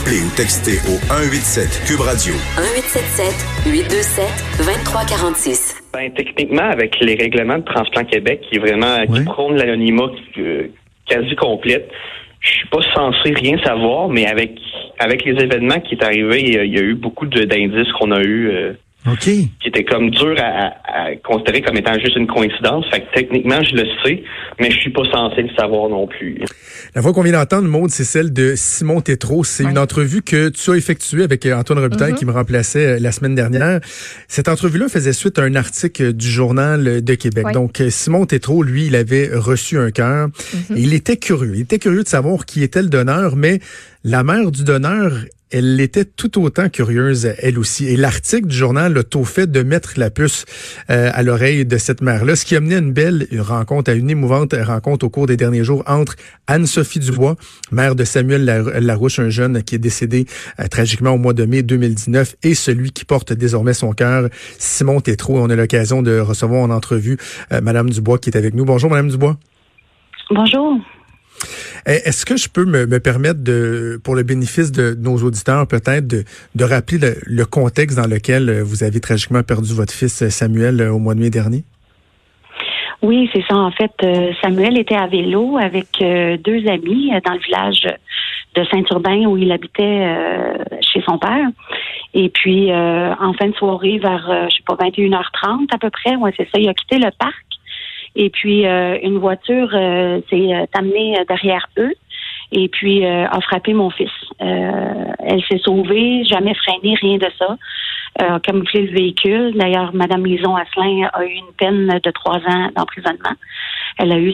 Appelez ou textez au 187 Cube Radio. 1877-827-2346. Techniquement, avec les règlements de Transplant Québec qui prônent l'anonymat quasi complète, je suis pas censé rien savoir, mais avec les événements qui est arrivé, il y a eu beaucoup d'indices qu'on a eu qui étaient comme durs à considérer comme étant juste une coïncidence. Fait que techniquement, je le sais, mais je suis pas censé le savoir non plus. La voix qu'on vient d'entendre, Maude, c'est celle de Simon Tétrault. C'est une entrevue que tu as effectuée avec Antoine Robitaille qui me remplaçait la semaine dernière. Cette entrevue-là faisait suite à un article du Journal de Québec. Donc, Simon Tétrault, lui, il avait reçu un cœur. Et il était curieux. Il était curieux de savoir qui était le donneur, mais la mère du donneur, elle était tout autant curieuse, elle aussi. Et l'article du journal a tôt fait de mettre la puce à l'oreille de cette mère-là, ce qui a mené à une belle rencontre, à une émouvante rencontre au cours des derniers jours entre Anne-Sophie Dubois, mère de Samuel Larouche, un jeune qui est décédé tragiquement au mois de mai 2019, et celui qui porte désormais son cœur, Simon Tétrault. On a l'occasion de recevoir en entrevue Madame Dubois qui est avec nous. Bonjour, Madame Dubois. Bonjour. Est-ce que je peux me permettre pour le bénéfice de nos auditeurs, peut-être, de rappeler le contexte dans lequel vous avez tragiquement perdu votre fils Samuel au mois de mai dernier? Oui, c'est ça. En fait, Samuel était à vélo avec deux amis dans le village de Saint-Urbain où il habitait chez son père. Et puis, en fin de soirée, vers, 21h30 à peu près, c'est ça, il a quitté le parc. Et puis, une voiture s'est amenée derrière eux et puis a frappé mon fils. Elle s'est sauvée, jamais freinée, rien de ça. A camouflé le véhicule. D'ailleurs, Mme Lison Asselin a eu une peine de 3 ans d'emprisonnement. Elle a eu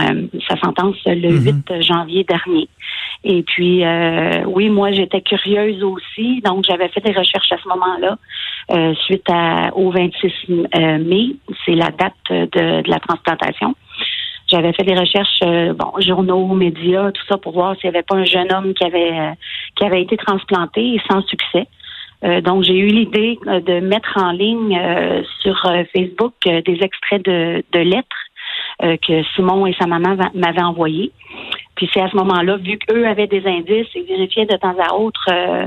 sa sentence le 8 janvier dernier. Et puis, oui, moi, j'étais curieuse aussi. Donc, j'avais fait des recherches à ce moment-là, suite au 26 mai. C'est la date de la transplantation. J'avais fait des recherches, journaux, médias, tout ça, pour voir s'il n'y avait pas un jeune homme qui avait été transplanté et sans succès. Donc, j'ai eu l'idée de mettre en ligne sur Facebook des extraits de lettres que Simon et sa maman m'avaient envoyées. Puis c'est à ce moment-là, vu qu'eux avaient des indices et vérifiaient de temps à autre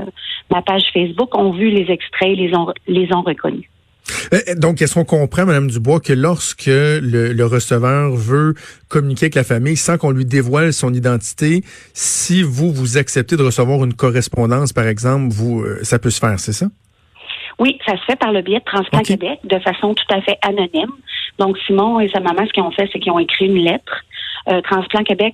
ma page Facebook, ont vu les extraits et les ont reconnus. Donc, est-ce qu'on comprend, Mme Dubois, que lorsque le receveur veut communiquer avec la famille sans qu'on lui dévoile son identité, si vous acceptez de recevoir une correspondance, par exemple, ça peut se faire, c'est ça? Oui, ça se fait par le biais de Transplant Québec, de façon tout à fait anonyme. Donc, Simon et sa maman, ce qu'ils ont fait, c'est qu'ils ont écrit une lettre. Transplant Québec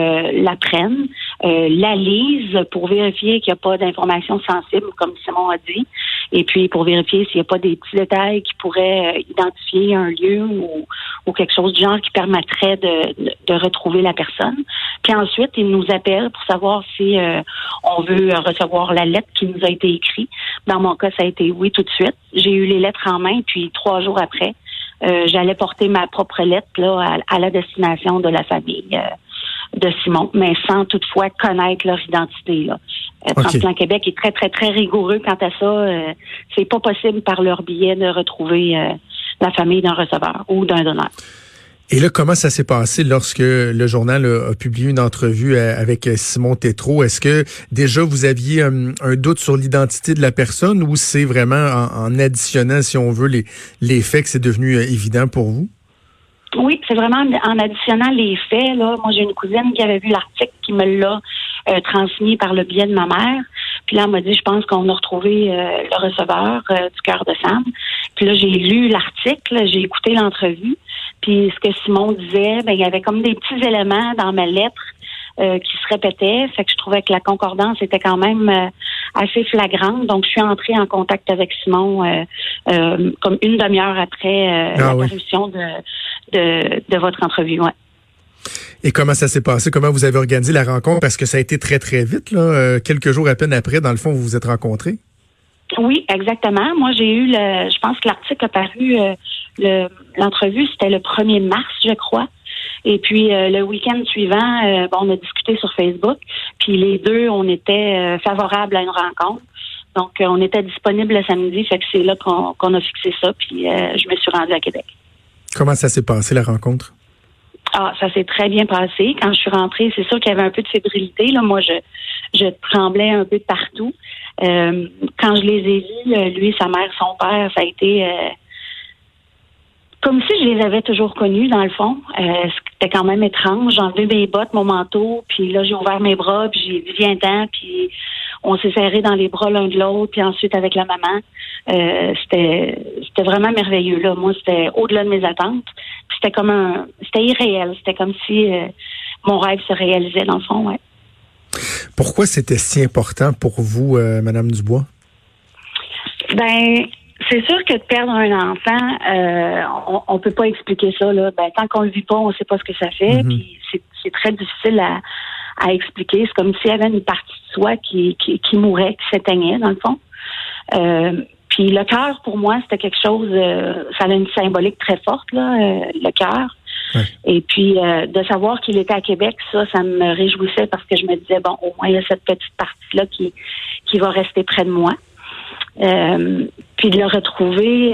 la prennent, la lisent pour vérifier qu'il n'y a pas d'informations sensibles, comme Simon a dit, et puis pour vérifier s'il n'y a pas des petits détails qui pourraient identifier un lieu ou quelque chose du genre qui permettrait de retrouver la personne. Puis ensuite, ils nous appellent pour savoir si on veut recevoir la lettre qui nous a été écrite. Dans mon cas, ça a été oui tout de suite. J'ai eu les lettres en main, puis 3 jours après, j'allais porter ma propre lettre là à la destination de la famille de Simon, mais sans toutefois connaître leur identité. Là. Transplant Québec est très, très, très rigoureux quant à ça. C'est pas possible par leur biais de retrouver la famille d'un receveur ou d'un donneur. Et là, comment ça s'est passé lorsque le journal a publié une entrevue avec Simon Tétrault? Est-ce que déjà vous aviez un doute sur l'identité de la personne ou c'est vraiment en additionnant, si on veut, les faits que c'est devenu évident pour vous? Oui, c'est vraiment en additionnant les faits. Là, moi, j'ai une cousine qui avait vu l'article qui me l'a transmis par le biais de ma mère. Puis là, elle m'a dit, je pense qu'on a retrouvé le receveur du cœur de Sam. Puis là, j'ai lu l'article, j'ai écouté l'entrevue. Puis ce que Simon disait, il y avait comme des petits éléments dans ma lettre qui se répétaient. Fait que je trouvais que la concordance était quand même assez flagrante. Donc, je suis entrée en contact avec Simon comme une demi-heure après la parution de votre entrevue. Ouais. Et comment ça s'est passé? Comment vous avez organisé la rencontre? Parce que ça a été très, très vite, là. Quelques jours à peine après, dans le fond, vous vous êtes rencontrés. Oui, exactement. Moi, j'ai eu je pense que l'article a paru, l'entrevue, c'était le 1er mars, je crois. Et puis, le week-end suivant, on a discuté sur Facebook. Puis les deux, on était favorables à une rencontre. Donc, on était disponible le samedi. Fait que c'est là qu'on a fixé ça. Puis, je me suis rendue à Québec. Comment ça s'est passé, la rencontre? Ah, ça s'est très bien passé. Quand je suis rentrée, c'est sûr qu'il y avait un peu de fébrilité. Là, moi, je tremblais un peu de partout. Quand je les ai vus, lui, sa mère, son père, ça a été comme si je les avais toujours connus, dans le fond. C'était quand même étrange. J'ai enlevé mes bottes, mon manteau, puis là, j'ai ouvert mes bras, puis j'ai dit « Viens-t'en », puis on s'est serrés dans les bras l'un de l'autre, puis ensuite avec la maman. C'était vraiment merveilleux, là. Moi, c'était au-delà de mes attentes. Puis c'était irréel. C'était comme si mon rêve se réalisait, dans le fond, ouais. Pourquoi c'était si important pour vous, Madame Dubois? Ben, c'est sûr que de perdre un enfant, on peut pas expliquer ça, là. Ben, tant qu'on le vit pas, on sait pas ce que ça fait. Puis c'est très difficile à expliquer. C'est comme s'il y avait une partie de soi qui mourait, qui s'éteignait, dans le fond. Puis le cœur, pour moi, c'était quelque chose, ça a une symbolique très forte, là, le cœur. Ouais. Et puis, de savoir qu'il était à Québec, ça me réjouissait parce que je me disais, bon, au moins, il y a cette petite partie-là qui va rester près de moi. Puis de le retrouver,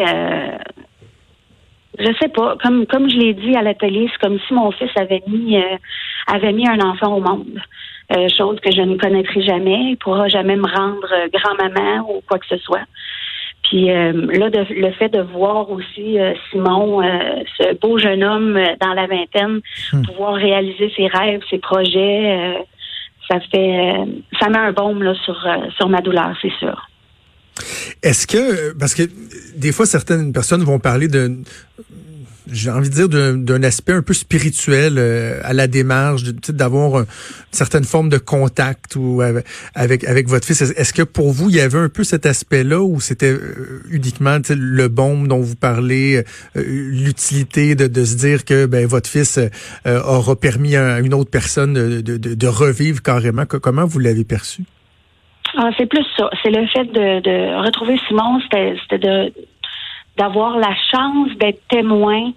je sais pas, comme je l'ai dit à l'atelier, c'est comme si mon fils avait mis un enfant au monde. Chose que je ne connaîtrai jamais. Il pourra jamais me rendre grand-maman ou quoi que ce soit. Puis là, le fait de voir aussi Simon, ce beau jeune homme dans la vingtaine, pouvoir réaliser ses rêves, ses projets, ça met un baume là sur ma douleur, c'est sûr. Est-ce que, parce que des fois, certaines personnes vont parler j'ai envie de dire d'un aspect un peu spirituel à la démarche, d'avoir une certaine forme de contact ou avec votre fils. Est-ce que pour vous, il y avait un peu cet aspect-là ou c'était uniquement le baume dont vous parlez, l'utilité de se dire que votre fils aura permis à une autre personne de revivre carrément? Comment vous l'avez perçu? Ah, c'est plus ça. C'est le fait de retrouver Simon, c'était d'avoir la chance d'être témoin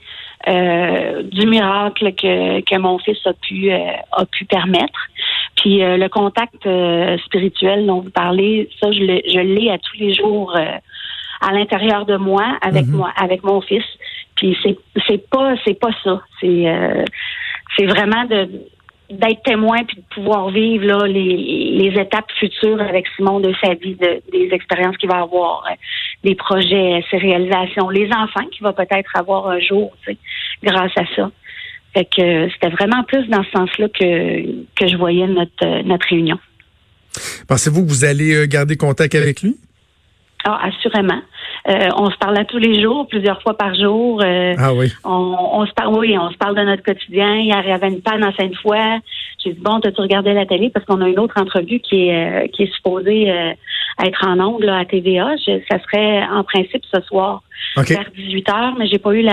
du miracle que mon fils a pu permettre. Puis le contact spirituel dont vous parlez, ça je l'ai à tous les jours à l'intérieur de moi avec mon fils. Puis c'est pas ça. C'est vraiment d'être témoin puis de pouvoir vivre là les étapes futures avec Simon de sa vie, des expériences qu'il va avoir, des projets, ses réalisations, les enfants qu'il va peut-être avoir un jour, grâce à ça. Fait que c'était vraiment plus dans ce sens-là que je voyais notre réunion. Pensez-vous que vous allez garder contact avec lui? Ah, assurément. On se parle à tous les jours, plusieurs fois par jour. Ah oui. On se parle de notre quotidien. Il y avait une panne en Sainte-Foy. J'ai dit, bon, t'as-tu regardé la télé? Parce qu'on a une autre entrevue qui est supposée être en ondes là, à TVA. Ça serait en principe ce soir vers 18h, mais j'ai pas eu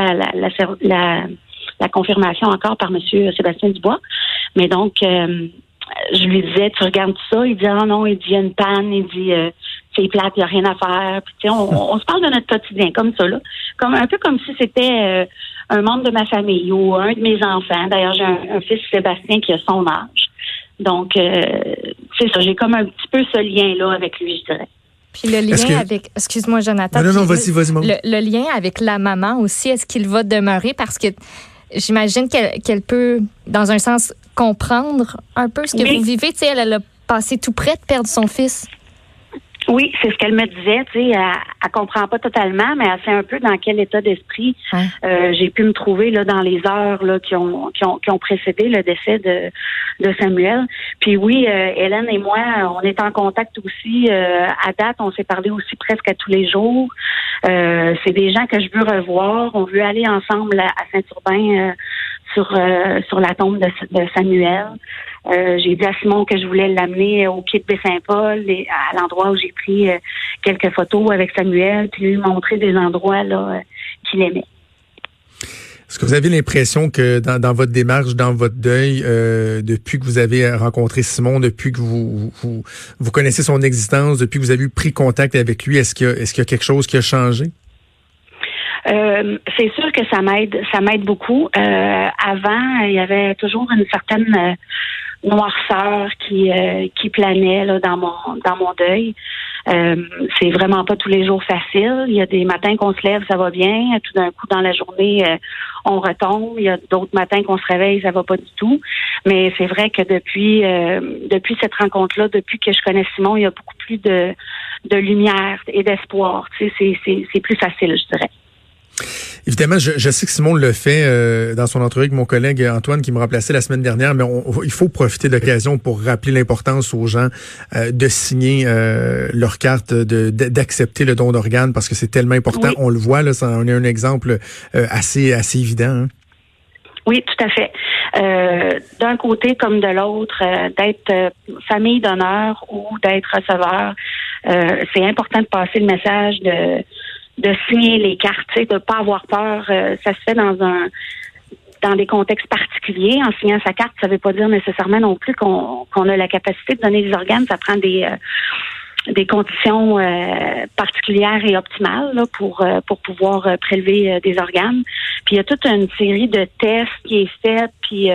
la confirmation encore par M. Sébastien Dubois. Mais donc, je lui disais, tu regardes tout ça? Il dit, ah non, il dit, il y a une panne. Il dit, c'est plate, il n'y a rien à faire. Puis, on se parle de notre quotidien comme ça, là. Un peu comme si c'était un membre de ma famille ou un de mes enfants. D'ailleurs, j'ai un fils, Sébastien, qui a son âge. Donc, c'est ça, j'ai comme un petit peu ce lien-là avec lui, je dirais. Puis le lien avec... Excuse-moi, Jonathan. Non, vas-y, Maud. Le lien avec la maman aussi, est-ce qu'il va demeurer? Parce que j'imagine qu'elle peut, dans un sens, comprendre un peu ce que vous vivez. Tu sais, elle a passé tout près de perdre son fils. Oui, c'est ce qu'elle me disait, tu sais, elle comprend pas totalement, mais elle sait un peu dans quel état d'esprit j'ai pu me trouver là dans les heures là qui ont précédé le décès de Samuel. Puis oui, Hélène et moi, on est en contact aussi à date, on s'est parlé aussi presque à tous les jours. C'est des gens que je veux revoir, on veut aller ensemble à Saint-Urbain sur la tombe de Samuel. J'ai dit à Simon que je voulais l'amener au pied de Baie-Saint-Paul, à l'endroit où j'ai pris quelques photos avec Samuel, puis lui montrer des endroits là qu'il aimait. Est-ce que vous avez l'impression que dans votre démarche, dans votre deuil, depuis que vous avez rencontré Simon, depuis que vous connaissez son existence, depuis que vous avez pris contact avec lui, est-ce qu'il y a quelque chose qui a changé? C'est sûr que ça m'aide beaucoup. Avant, il y avait toujours une certaine noirceur qui planait là dans mon deuil. C'est vraiment pas tous les jours facile. Il y a des matins qu'on se lève, ça va bien. Tout d'un coup, dans la journée, on retombe. Il y a d'autres matins qu'on se réveille, ça va pas du tout. Mais c'est vrai que depuis cette rencontre-là, depuis que je connais Simon, il y a beaucoup plus de lumière et d'espoir. Tu sais, c'est plus facile, je dirais. Évidemment, je sais que Simon le fait dans son entrevue avec mon collègue Antoine qui me remplaçait la semaine dernière, mais il faut profiter de l'occasion pour rappeler l'importance aux gens de signer leur carte, d'accepter le don d'organes parce que c'est tellement important. Oui. On le voit, là, ça en est un exemple assez évident. Hein? Oui, tout à fait. D'un côté comme de l'autre, d'être famille d'honneur ou d'être receveur, c'est important de passer le message de signer les cartes, de ne pas avoir peur. Ça se fait dans des contextes particuliers. En signant sa carte, ça ne veut pas dire nécessairement non plus qu'on a la capacité de donner des organes. Ça prend des conditions particulières et optimales là, pour pouvoir prélever des organes. Puis il y a toute une série de tests qui est faite, puis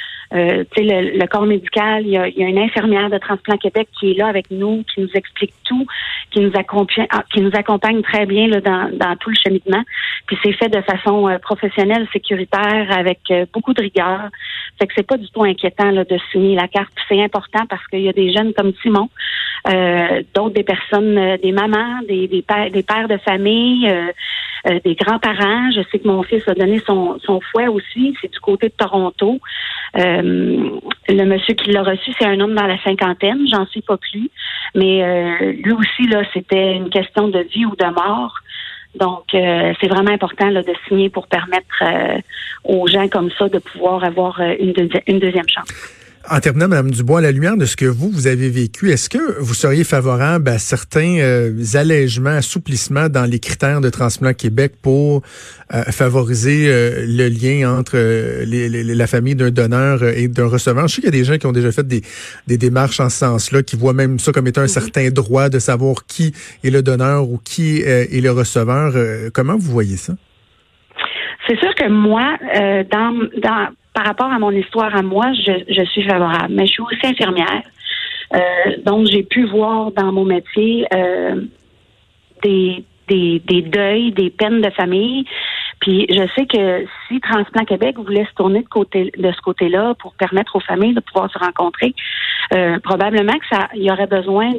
le corps médical, il y a une infirmière de Transplant Québec qui est là avec nous, qui nous explique tout, qui nous accompagne très bien là, dans tout le cheminement. Puis c'est fait de façon professionnelle, sécuritaire, avec beaucoup de rigueur. Fait que c'est pas du tout inquiétant là, de signer la carte. Puis c'est important parce qu'il y a des jeunes comme Simon, d'autres des personnes, des mamans, des pères de famille, des grands-parents. Je sais que mon fils a donné son fouet aussi. C'est du côté de Toronto. Le monsieur qui l'a reçu, c'est un homme dans la cinquantaine, j'en suis pas plus. Mais lui aussi, là, c'était une question de vie ou de mort. Donc, c'est vraiment important là, de signer pour permettre aux gens comme ça de pouvoir avoir une deuxième chance. En terminant, Mme Dubois, à la lumière de ce que vous avez vécu, est-ce que vous seriez favorable à certains allègements, assouplissements dans les critères de Transplant Québec pour favoriser le lien entre la famille d'un donneur et d'un receveur? Je sais qu'il y a des gens qui ont déjà fait des démarches en ce sens-là, qui voient même ça comme étant un certain droit de savoir qui est le donneur ou qui est le receveur. Comment vous voyez ça? C'est sûr que moi, par rapport à mon histoire à moi, je suis favorable. Mais je suis aussi infirmière. Donc, j'ai pu voir dans mon métier des deuils, des peines de famille. Puis, je sais que si Transplant Québec voulait se tourner de ce côté-là pour permettre aux familles de pouvoir se rencontrer, probablement que il y aurait besoin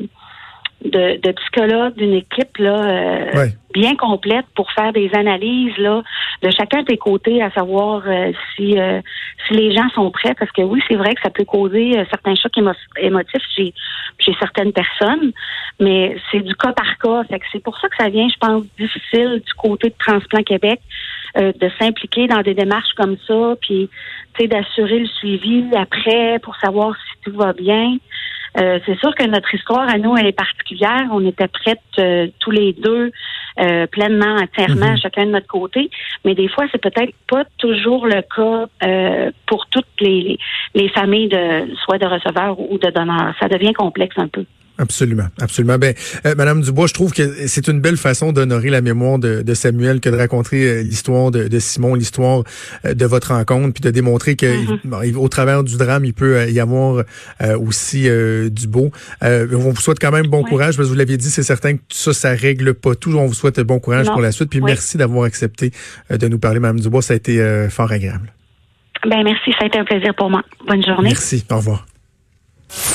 de psychologues, d'une équipe là bien complète pour faire des analyses là de chacun des côtés, à savoir si les gens sont prêts, parce que oui, c'est vrai que ça peut causer certains chocs émotifs chez certaines personnes, mais c'est du cas par cas. Fait que c'est pour ça que ça vient, je pense, difficile du côté de Transplant Québec de s'impliquer dans des démarches comme ça, puis tu sais, d'assurer le suivi après pour savoir si tout va bien. C'est sûr que notre histoire à nous, elle est particulière. On était prêtes tous les deux pleinement, entièrement, chacun de notre côté. Mais des fois, c'est peut-être pas toujours le cas pour toutes les familles soit de receveurs ou de donneurs. Ça devient complexe un peu. Absolument, absolument. Ben, Madame Dubois, je trouve que c'est une belle façon d'honorer la mémoire de Samuel que de raconter l'histoire de Simon, l'histoire de votre rencontre, puis de démontrer que au travers du drame, il peut y avoir aussi du beau. On vous souhaite quand même bon courage, parce que vous l'aviez dit, c'est certain que ça règle pas tout. On vous souhaite bon courage pour la suite, puis merci d'avoir accepté de nous parler, Madame Dubois. Ça a été fort agréable. Ben merci, ça a été un plaisir pour moi. Bonne journée. Merci, au revoir.